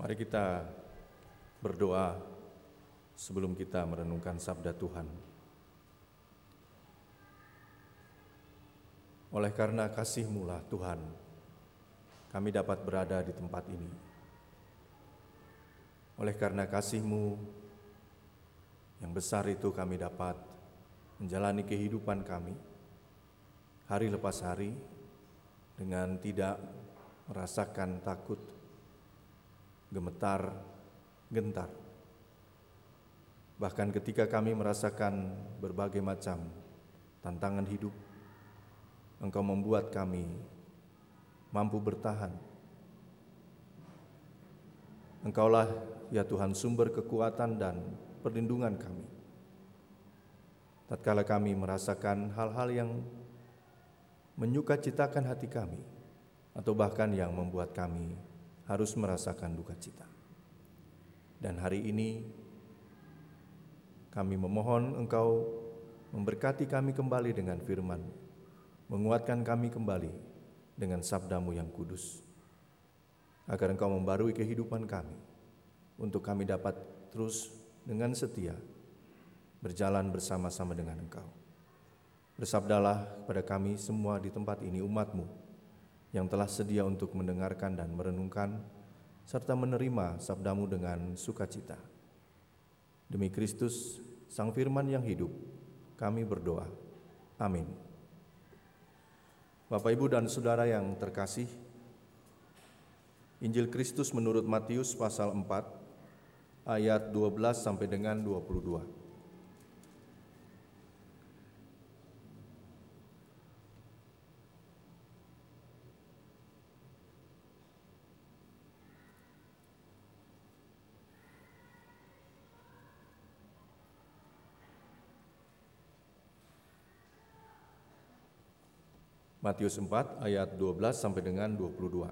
Mari kita berdoa sebelum kita merenungkan sabda Tuhan. Oleh karena kasih-Mu lah Tuhan, kami dapat berada di tempat ini. Oleh karena kasih-Mu yang besar itu kami dapat menjalani kehidupan kami hari lepas hari dengan tidak merasakan takut, gemetar, gentar. Bahkan ketika kami merasakan berbagai macam tantangan hidup, Engkau membuat kami mampu bertahan. Engkaulah ya Tuhan sumber kekuatan dan perlindungan kami. Tatkala kami merasakan hal-hal yang menyukacitakan hati kami, atau bahkan yang membuat kami harus merasakan duka cita. Dan hari ini kami memohon Engkau memberkati kami kembali dengan firman, menguatkan kami kembali dengan sabda-Mu yang kudus, agar Engkau membarui kehidupan kami, untuk kami dapat terus dengan setia berjalan bersama-sama dengan Engkau. Bersabdalah pada kami semua di tempat ini, umat-Mu yang telah sedia untuk mendengarkan dan merenungkan, serta menerima sabda-Mu dengan sukacita. Demi Kristus, Sang Firman yang hidup, kami berdoa. Amin. Bapak, Ibu, dan Saudara yang terkasih, Injil Kristus menurut Matius pasal 4, ayat 12 sampai dengan 22. Matius 4 ayat 12 sampai dengan 22.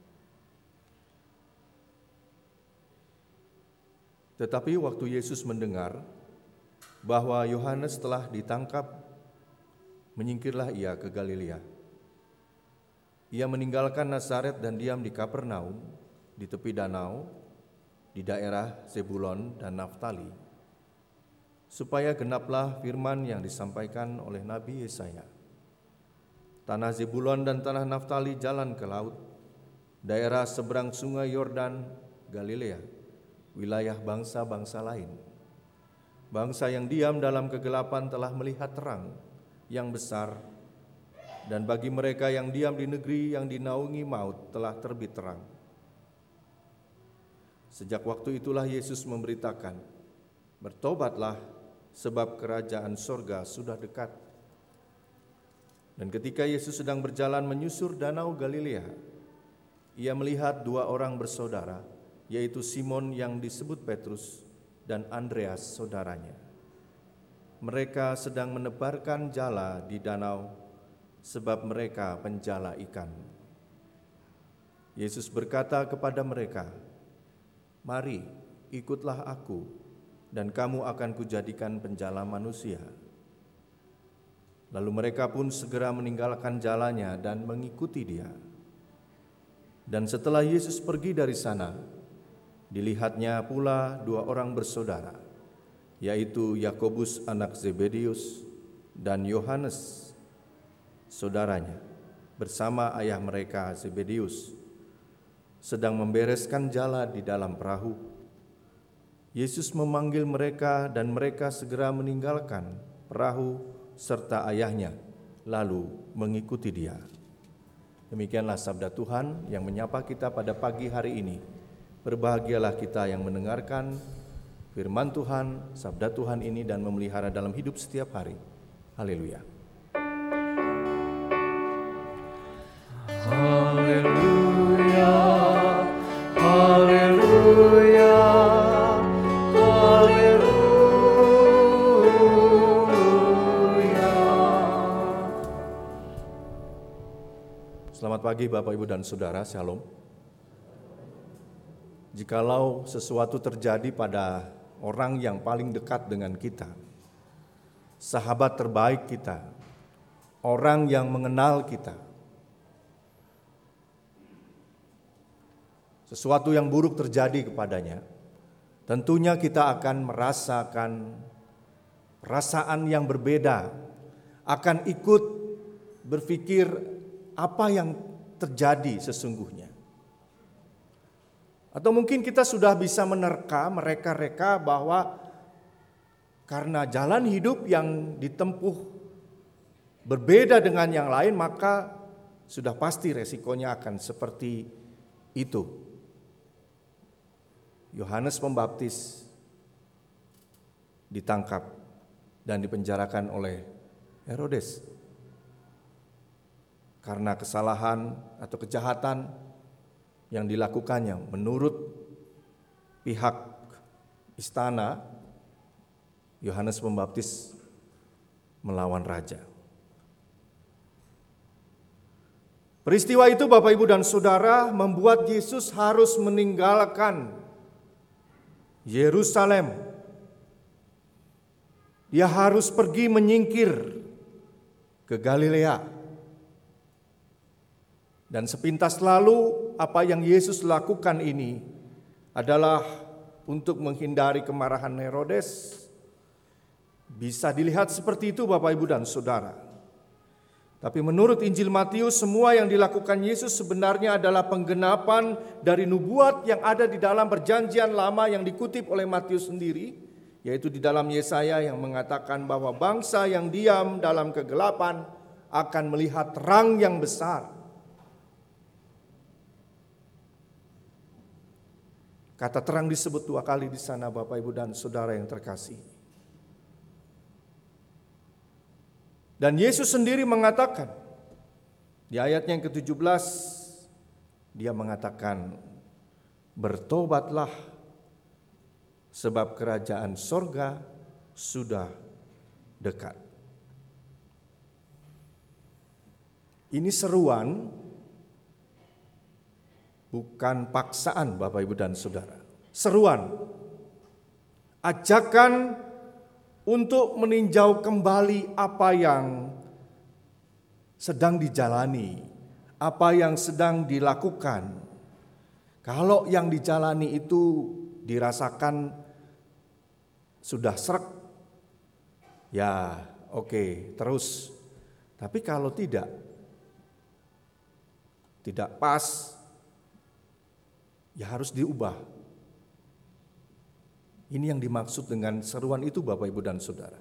Tetapi waktu Yesus mendengar bahwa Yohanes telah ditangkap, menyingkirlah ia ke Galilea. Ia meninggalkan Nazaret dan diam di Kapernaum, di tepi danau, di daerah Zebulon dan Naftali, supaya genaplah firman yang disampaikan oleh Nabi Yesaya. Tanah Zebulon dan tanah Naftali jalan ke laut, daerah seberang sungai Yordan, Galilea, wilayah bangsa-bangsa lain. Bangsa yang diam dalam kegelapan telah melihat terang yang besar, dan bagi mereka yang diam di negeri yang dinaungi maut telah terbit terang. Sejak waktu itulah Yesus memberitakan, bertobatlah sebab kerajaan sorga sudah dekat. Dan ketika Yesus sedang berjalan menyusur danau Galilea, ia melihat dua orang bersaudara, yaitu Simon yang disebut Petrus dan Andreas saudaranya. Mereka sedang menebarkan jala di danau, sebab mereka penjala ikan. Yesus berkata kepada mereka, "Mari, ikutlah aku, dan kamu akan kujadikan penjala manusia." Lalu mereka pun segera meninggalkan jalannya dan mengikuti Dia. Dan setelah Yesus pergi dari sana, dilihatnya pula dua orang bersaudara, yaitu Yakobus anak Zebedius dan Yohanes saudaranya, bersama ayah mereka Zebedius, sedang membereskan jala di dalam perahu. Yesus memanggil mereka dan mereka segera meninggalkan perahu serta ayahnya, lalu mengikuti Dia. Demikianlah sabda Tuhan yang menyapa kita pada pagi hari ini. Berbahagialah kita yang mendengarkan firman Tuhan, sabda Tuhan ini dan memelihara dalam hidup setiap hari. Haleluya. Haleluya, haleluya, Selamat pagi Bapak, Ibu, dan Saudara, Shalom. Jikalau sesuatu terjadi pada orang yang paling dekat dengan kita, sahabat terbaik kita, orang yang mengenal kita, sesuatu yang buruk terjadi kepadanya, tentunya kita akan merasakan perasaan yang berbeda, akan ikut berpikir apa yang terjadi sesungguhnya. Atau mungkin kita sudah bisa mereka-reka bahwa karena jalan hidup yang ditempuh berbeda dengan yang lain, maka sudah pasti resikonya akan seperti itu. Yohanes Pembaptis ditangkap dan dipenjarakan oleh Herodes karena kesalahan atau kejahatan yang dilakukannya. Menurut pihak istana, Yohanes Pembaptis melawan raja. Peristiwa itu, Bapak, Ibu, dan Saudara, membuat Yesus harus meninggalkan Yerusalem. Dia harus pergi menyingkir ke Galilea. Dan sepintas lalu apa yang Yesus lakukan ini adalah untuk menghindari kemarahan Herodes. Bisa dilihat seperti itu, Bapak, Ibu, dan Saudara. Tapi menurut Injil Matius, semua yang dilakukan Yesus sebenarnya adalah penggenapan dari nubuat yang ada di dalam Perjanjian Lama yang dikutip oleh Matius sendiri, yaitu di dalam Yesaya yang mengatakan bahwa bangsa yang diam dalam kegelapan akan melihat terang yang besar. Kata terang disebut 2 kali di sana, Bapak, Ibu, dan Saudara yang terkasih. Dan Yesus sendiri mengatakan, di ayatnya yang ke-17, dia mengatakan, bertobatlah sebab kerajaan sorga sudah dekat. Ini seruan, bukan paksaan, Bapak, Ibu, dan Saudara. Seruan, ajakan untuk meninjau kembali apa yang sedang dijalani, apa yang sedang dilakukan. Kalau yang dijalani itu dirasakan sudah srek, ya oke, terus. Tapi kalau tidak pas, ya harus diubah. Ini yang dimaksud dengan seruan itu, Bapak, Ibu, dan Saudara.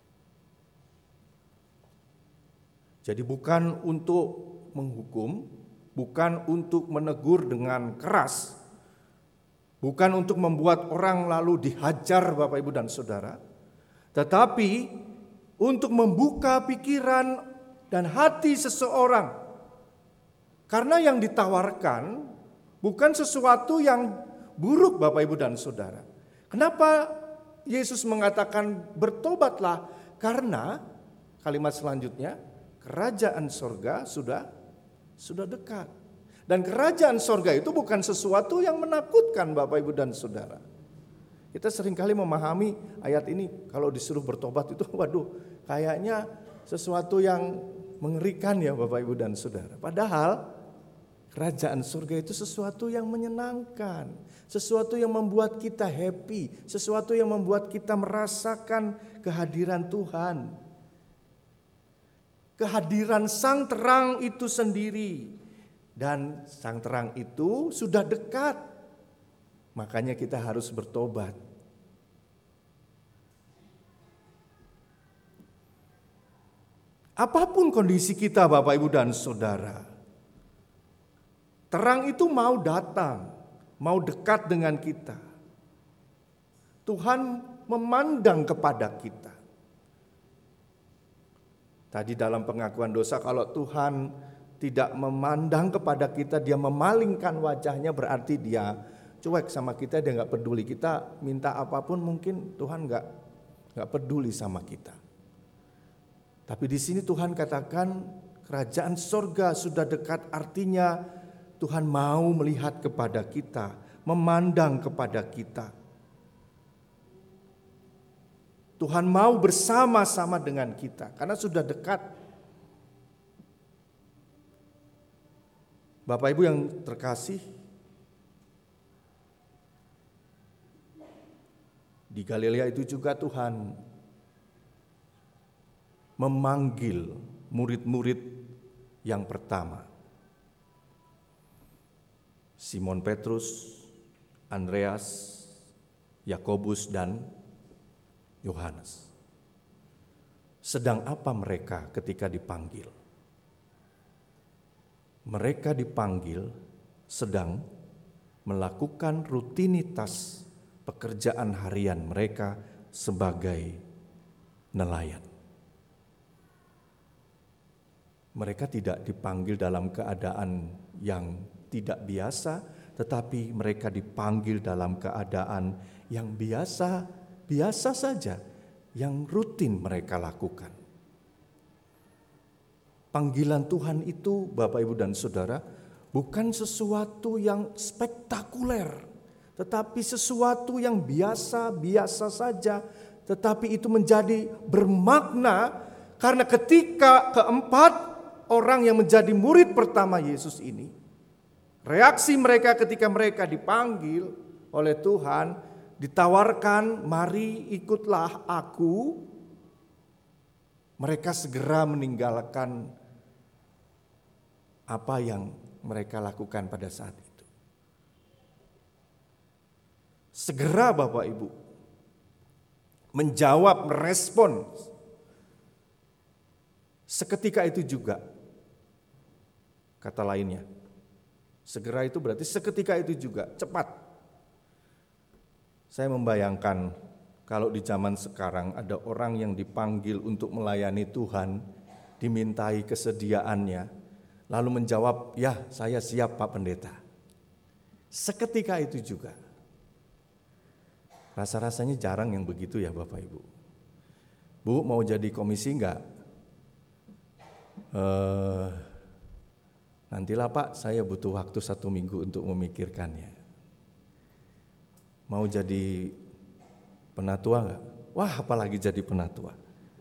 Jadi bukan untuk menghukum, bukan untuk menegur dengan keras, bukan untuk membuat orang lalu dihajar, Bapak, Ibu, dan Saudara, tetapi untuk membuka pikiran dan hati seseorang. Karena yang ditawarkan bukan sesuatu yang buruk, Bapak, Ibu, dan Saudara. Kenapa Yesus mengatakan bertobatlah? Karena kalimat selanjutnya, kerajaan sorga sudah dekat. Dan kerajaan sorga itu bukan sesuatu yang menakutkan, Bapak, Ibu, dan Saudara. Kita seringkali memahami ayat ini kalau disuruh bertobat itu, waduh, kayaknya sesuatu yang mengerikan ya, Bapak, Ibu, dan Saudara. Padahal kerajaan surga itu sesuatu yang menyenangkan, sesuatu yang membuat kita happy, sesuatu yang membuat kita merasakan kehadiran Tuhan. Kehadiran Sang Terang itu sendiri. Dan Sang Terang itu sudah dekat. Makanya kita harus bertobat. Apapun kondisi kita, Bapak, Ibu, dan Saudara, terang itu mau datang, mau dekat dengan kita. Tuhan memandang kepada kita. Tadi dalam pengakuan dosa, kalau Tuhan tidak memandang kepada kita, dia memalingkan wajahnya, berarti dia cuek sama kita, dia gak peduli. Kita minta apapun mungkin Tuhan gak peduli sama kita. Tapi di sini Tuhan katakan kerajaan sorga sudah dekat, artinya Tuhan mau melihat kepada kita, memandang kepada kita. Tuhan mau bersama-sama dengan kita karena sudah dekat. Bapak, Ibu yang terkasih, Di Galilea itu juga Tuhan memanggil murid-murid yang pertama. Simon Petrus, Andreas, Yakobus, dan Yohanes. Sedang apa mereka ketika dipanggil? Mereka dipanggil sedang melakukan rutinitas pekerjaan harian mereka sebagai nelayan. Mereka tidak dipanggil dalam keadaan yang tidak biasa, tetapi mereka dipanggil dalam keadaan yang biasa saja, yang rutin mereka lakukan. Panggilan Tuhan itu, Bapak, Ibu, dan Saudara, bukan sesuatu yang spektakuler, tetapi sesuatu yang biasa saja, tetapi itu menjadi bermakna karena ketika keempat orang yang menjadi murid pertama Yesus ini, reaksi mereka ketika mereka dipanggil oleh Tuhan, ditawarkan, mari ikutlah aku, mereka segera meninggalkan apa yang mereka lakukan pada saat itu. Segera Bapak Ibu menjawab, merespon. Seketika itu juga, kata lainnya. Segera itu berarti seketika itu juga, cepat. Saya membayangkan kalau di zaman sekarang ada orang yang dipanggil untuk melayani Tuhan, dimintai kesediaannya, lalu menjawab, ya saya siap Pak Pendeta. Seketika itu juga. Rasa-rasanya jarang yang begitu ya Bapak Ibu. Bu, mau jadi komisi enggak? Nantilah Pak, saya butuh waktu 1 minggu untuk memikirkannya. Mau jadi penatua enggak? Wah, apalagi jadi penatua.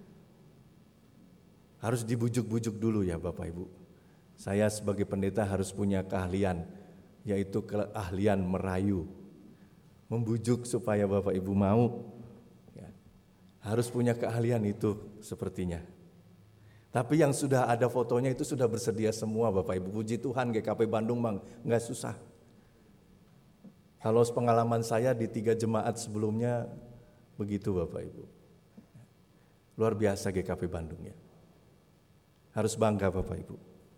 Harus dibujuk-bujuk dulu ya Bapak Ibu. Saya sebagai pendeta harus punya keahlian, yaitu keahlian merayu. Membujuk supaya Bapak Ibu mau. Ya, harus punya keahlian itu sepertinya. Tapi yang sudah ada fotonya itu sudah bersedia semua Bapak Ibu. Puji Tuhan, GKP Bandung Bang, enggak susah. Kalau pengalaman saya di 3 jemaat sebelumnya begitu Bapak Ibu. Luar biasa GKP Bandung ya. Harus bangga Bapak Ibu.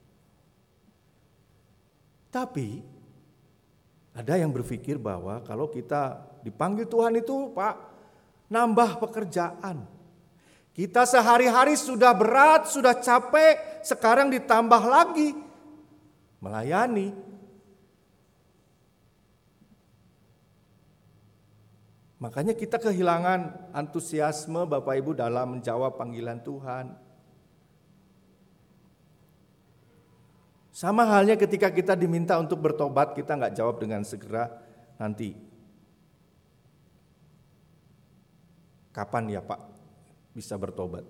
Tapi ada yang berpikir bahwa kalau kita dipanggil Tuhan itu Pak, nambah pekerjaan. Kita sehari-hari sudah berat, sudah capek, sekarang ditambah lagi melayani. Makanya kita kehilangan antusiasme Bapak Ibu dalam menjawab panggilan Tuhan. Sama halnya ketika kita diminta untuk bertobat, kita nggak jawab dengan segera, nanti. Kapan ya Pak bisa bertobat?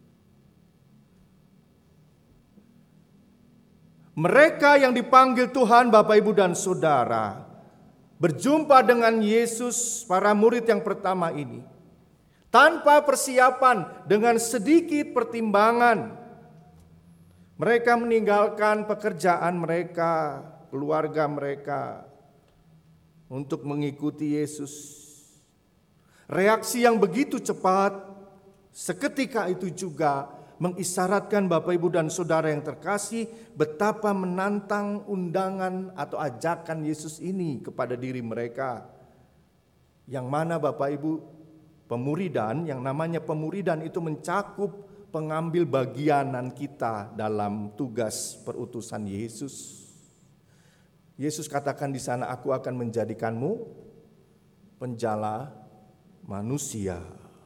Mereka yang dipanggil Tuhan Bapak Ibu dan Saudara, berjumpa dengan Yesus, para murid yang pertama ini, tanpa persiapan, dengan sedikit pertimbangan, mereka meninggalkan pekerjaan mereka, keluarga mereka, untuk mengikuti Yesus. Reaksi yang begitu cepat, seketika itu juga mengisyaratkan Bapak Ibu dan Saudara yang terkasih, betapa menantang undangan atau ajakan Yesus ini kepada diri mereka. Yang mana Bapak Ibu, pemuridan, yang namanya pemuridan itu mencakup pengambil bagianan kita dalam tugas perutusan Yesus. Yesus katakan di sana, aku akan menjadikanmu penjala manusia.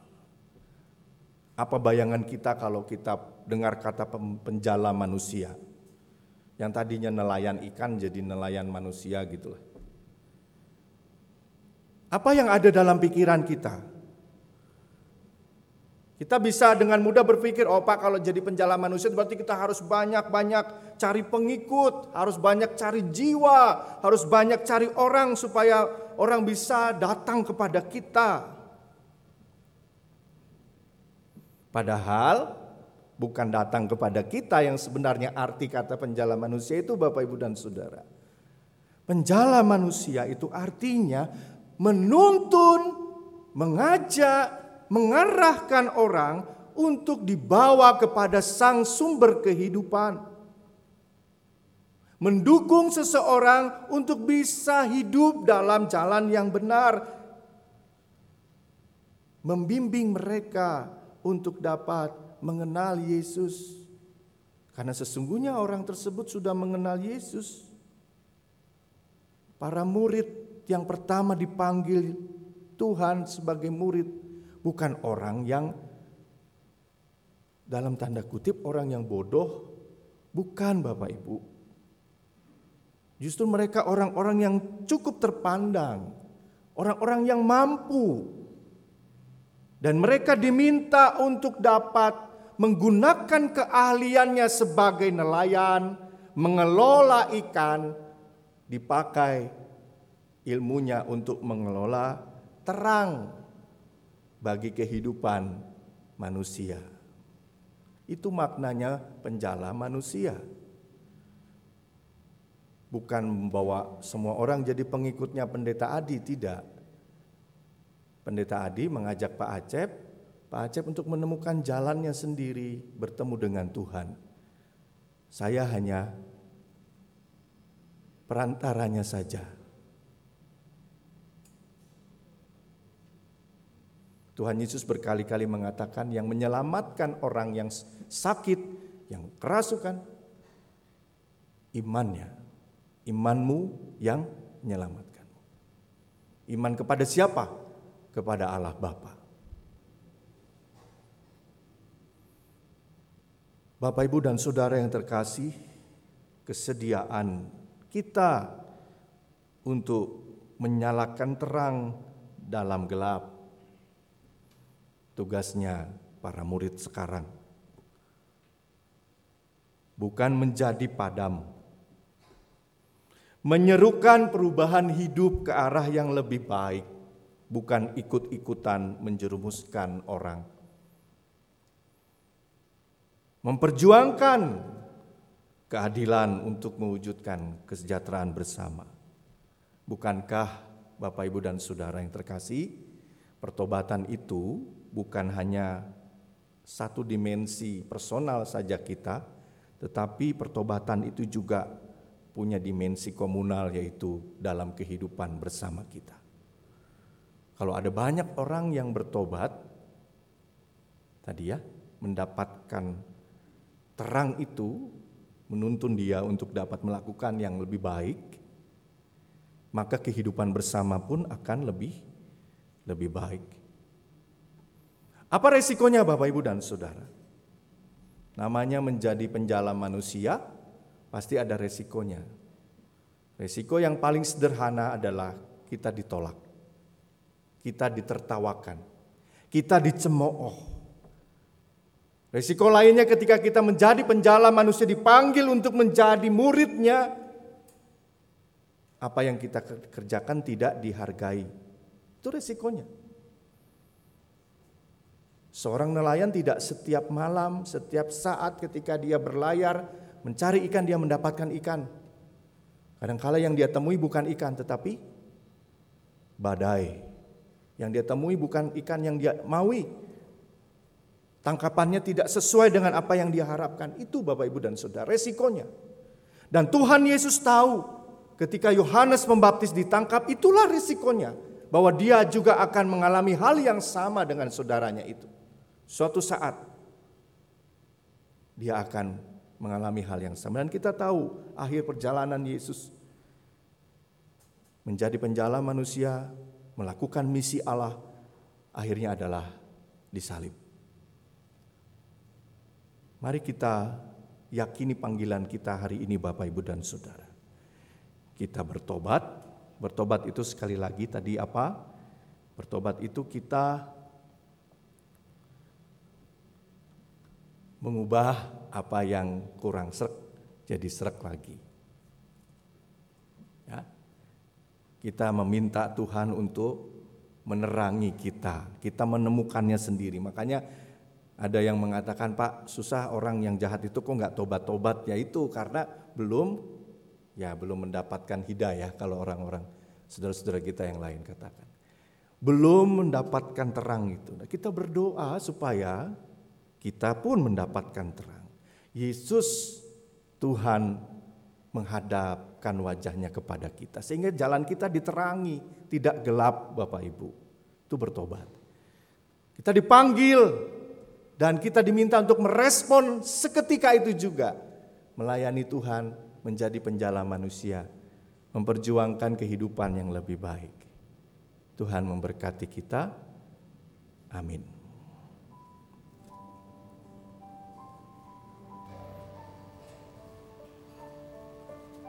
Apa bayangan kita kalau kita dengar kata penjala manusia? Yang tadinya nelayan ikan jadi nelayan manusia gitulah. Apa yang ada dalam pikiran kita? Kita bisa dengan mudah berpikir, oh Pak, kalau jadi penjala manusia berarti kita harus banyak-banyak cari pengikut, harus banyak cari jiwa, harus banyak cari orang supaya orang bisa datang kepada kita. Padahal bukan datang kepada kita yang sebenarnya arti kata penjala manusia itu, Bapak, Ibu, dan Saudara. Penjala manusia itu artinya menuntun, mengajak, mengarahkan orang untuk dibawa kepada sang sumber kehidupan. Mendukung seseorang untuk bisa hidup dalam jalan yang benar. Membimbing mereka untuk dapat mengenal Yesus. Karena sesungguhnya orang tersebut sudah mengenal Yesus. Para murid yang pertama dipanggil Tuhan sebagai murid bukan orang yang dalam tanda kutip orang yang bodoh, bukan, Bapak Ibu. Justru mereka orang-orang yang cukup terpandang, orang-orang yang mampu. Dan mereka diminta untuk dapat menggunakan keahliannya sebagai nelayan, mengelola ikan, dipakai ilmunya untuk mengelola terang bagi kehidupan manusia. Itu maknanya penjala manusia. Bukan membawa semua orang jadi pengikutnya Pendeta Adi, tidak. Pendeta Adi mengajak Pak Acep untuk menemukan jalannya sendiri bertemu dengan Tuhan. Saya hanya perantaranya saja. Tuhan Yesus berkali-kali mengatakan yang menyelamatkan orang yang sakit, yang kerasukan, imannya, imanmu yang menyelamatkanmu. Iman kepada siapa? Kepada Allah Bapa. Bapak, Ibu, dan Saudara yang terkasih, kesediaan kita untuk menyalakan terang dalam gelap. Tugasnya para murid sekarang bukan menjadi padam, menyerukan perubahan hidup ke arah yang lebih baik, bukan ikut-ikutan menjerumuskan orang. Memperjuangkan keadilan untuk mewujudkan kesejahteraan bersama. Bukankah Bapak, Ibu, dan Saudara yang terkasih, pertobatan itu bukan hanya satu dimensi personal saja kita, tetapi pertobatan itu juga punya dimensi komunal, yaitu dalam kehidupan bersama kita. Kalau ada banyak orang yang bertobat, tadi ya, mendapatkan terang itu, menuntun dia untuk dapat melakukan yang lebih baik, maka kehidupan bersama pun akan lebih baik. Apa resikonya, Bapak, Ibu, dan Saudara? Namanya menjadi penjala manusia, pasti ada resikonya. Resiko yang paling sederhana adalah kita ditolak. Kita ditertawakan, kita dicemooh. Risiko lainnya ketika kita menjadi penjala manusia, dipanggil untuk menjadi muridnya, apa yang kita kerjakan tidak dihargai. Itu risikonya. Seorang nelayan tidak setiap malam, setiap saat ketika dia berlayar mencari ikan, dia mendapatkan ikan. Kadang-kala yang dia temui bukan ikan, tetapi badai. Yang dia temui bukan ikan yang dia maui. Tangkapannya tidak sesuai dengan apa yang dia harapkan. Itu, Bapak, Ibu, dan Saudara, resikonya. Dan Tuhan Yesus tahu ketika Yohanes Pembaptis ditangkap, itulah resikonya. Bahwa dia juga akan mengalami hal yang sama dengan saudaranya itu. Suatu saat dia akan mengalami hal yang sama. Dan kita tahu akhir perjalanan Yesus menjadi penjala manusia, melakukan misi Allah, akhirnya adalah disalib. Mari kita yakini panggilan kita hari ini, Bapak, Ibu, dan Saudara. Kita bertobat. Bertobat itu sekali lagi tadi apa? Bertobat itu kita mengubah apa yang kurang srek jadi srek lagi. Ya. Kita meminta Tuhan untuk menerangi kita menemukannya sendiri. Makanya Ada yang mengatakan, Pak, susah orang yang jahat itu kok nggak tobat-tobat. Ya itu karena belum mendapatkan hidayah, kalau orang-orang saudara-saudara kita yang lain katakan. Belum mendapatkan terang itu. Nah, kita berdoa supaya kita pun mendapatkan terang. Yesus Tuhan menghadapkan wajahnya kepada kita sehingga jalan kita diterangi, tidak gelap, Bapak Ibu. Itu bertobat. Kita dipanggil dan kita diminta untuk merespon seketika itu juga. Melayani Tuhan, menjadi penjala manusia, memperjuangkan kehidupan yang lebih baik. Tuhan memberkati kita. Amin.